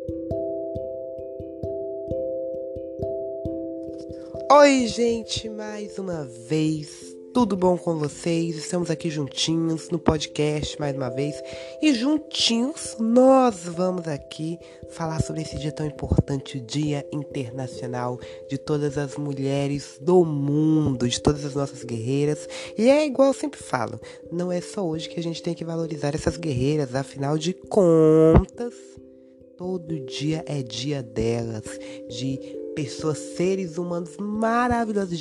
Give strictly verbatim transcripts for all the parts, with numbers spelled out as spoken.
Oi, gente, mais uma vez, tudo bom com vocês? Estamos aqui juntinhos no podcast mais uma vez e juntinhos nós vamos aqui falar sobre esse dia tão importante, o Dia Internacional de todas as mulheres do mundo, de todas as nossas guerreiras. E é igual eu sempre falo, não é só hoje que a gente tem que valorizar essas guerreiras, afinal de contas, todo dia é dia delas, de pessoas, seres humanos maravilhosos,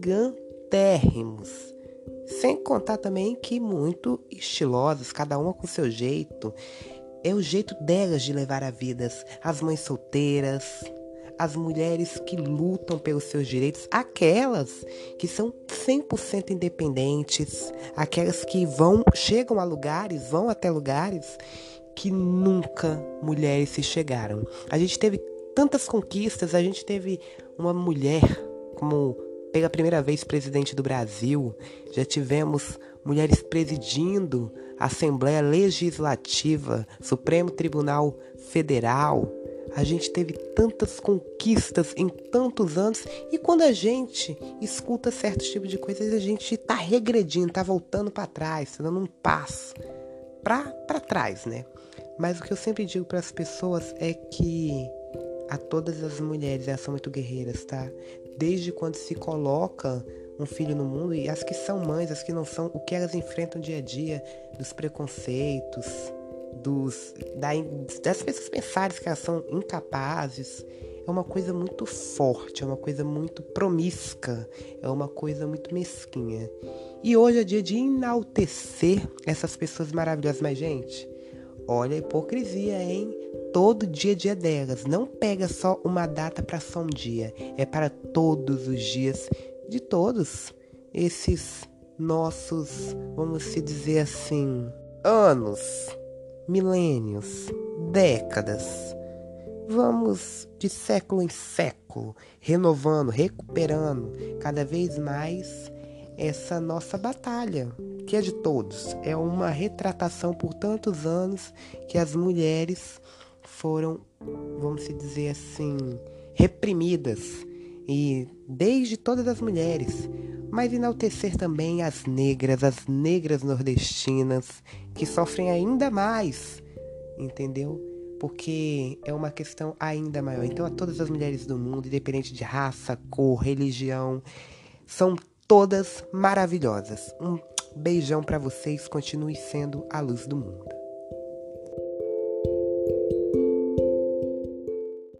gigantérrimos. Sem contar também que muito estilosos, cada uma com seu jeito. É o jeito delas de levar a vida. As mães solteiras, as mulheres que lutam pelos seus direitos, aquelas que são cem por cento independentes, aquelas que vão, chegam a lugares, vão até lugares que nunca mulheres se chegaram. A gente teve tantas conquistas, a gente teve uma mulher como pela primeira vez presidente do Brasil, já tivemos mulheres presidindo a Assembleia Legislativa, Supremo Tribunal Federal. A gente teve tantas conquistas em tantos anos e quando a gente escuta certos tipos de coisas, a gente tá regredindo, tá voltando para trás, tá dando um passo para para trás, né? Mas o que eu sempre digo para as pessoas é que a todas as mulheres, elas são muito guerreiras, tá? Desde quando se coloca um filho no mundo, e as que são mães, as que não são, o que elas enfrentam dia a dia, dos preconceitos, dos, da, das pessoas pensarem que elas são incapazes, é uma coisa muito forte, é uma coisa muito promíscua, é uma coisa muito mesquinha. E hoje é dia de enaltecer essas pessoas maravilhosas, mas gente, olha a hipocrisia, hein? Todo dia é dia delas. Não pega só uma data para só um dia. É para todos os dias de todos esses nossos, vamos se dizer assim, anos, milênios, décadas. Vamos de século em século, renovando, recuperando cada vez mais essa nossa batalha, que é de todos. É uma retratação por tantos anos que as mulheres foram, vamos dizer assim, reprimidas. E desde todas as mulheres, mas enaltecer também as negras, as negras nordestinas, que sofrem ainda mais, entendeu? Porque é uma questão ainda maior. Então a todas as mulheres do mundo, independente de raça, cor, religião, são todas maravilhosas. Um beijão pra vocês, continue sendo a luz do mundo.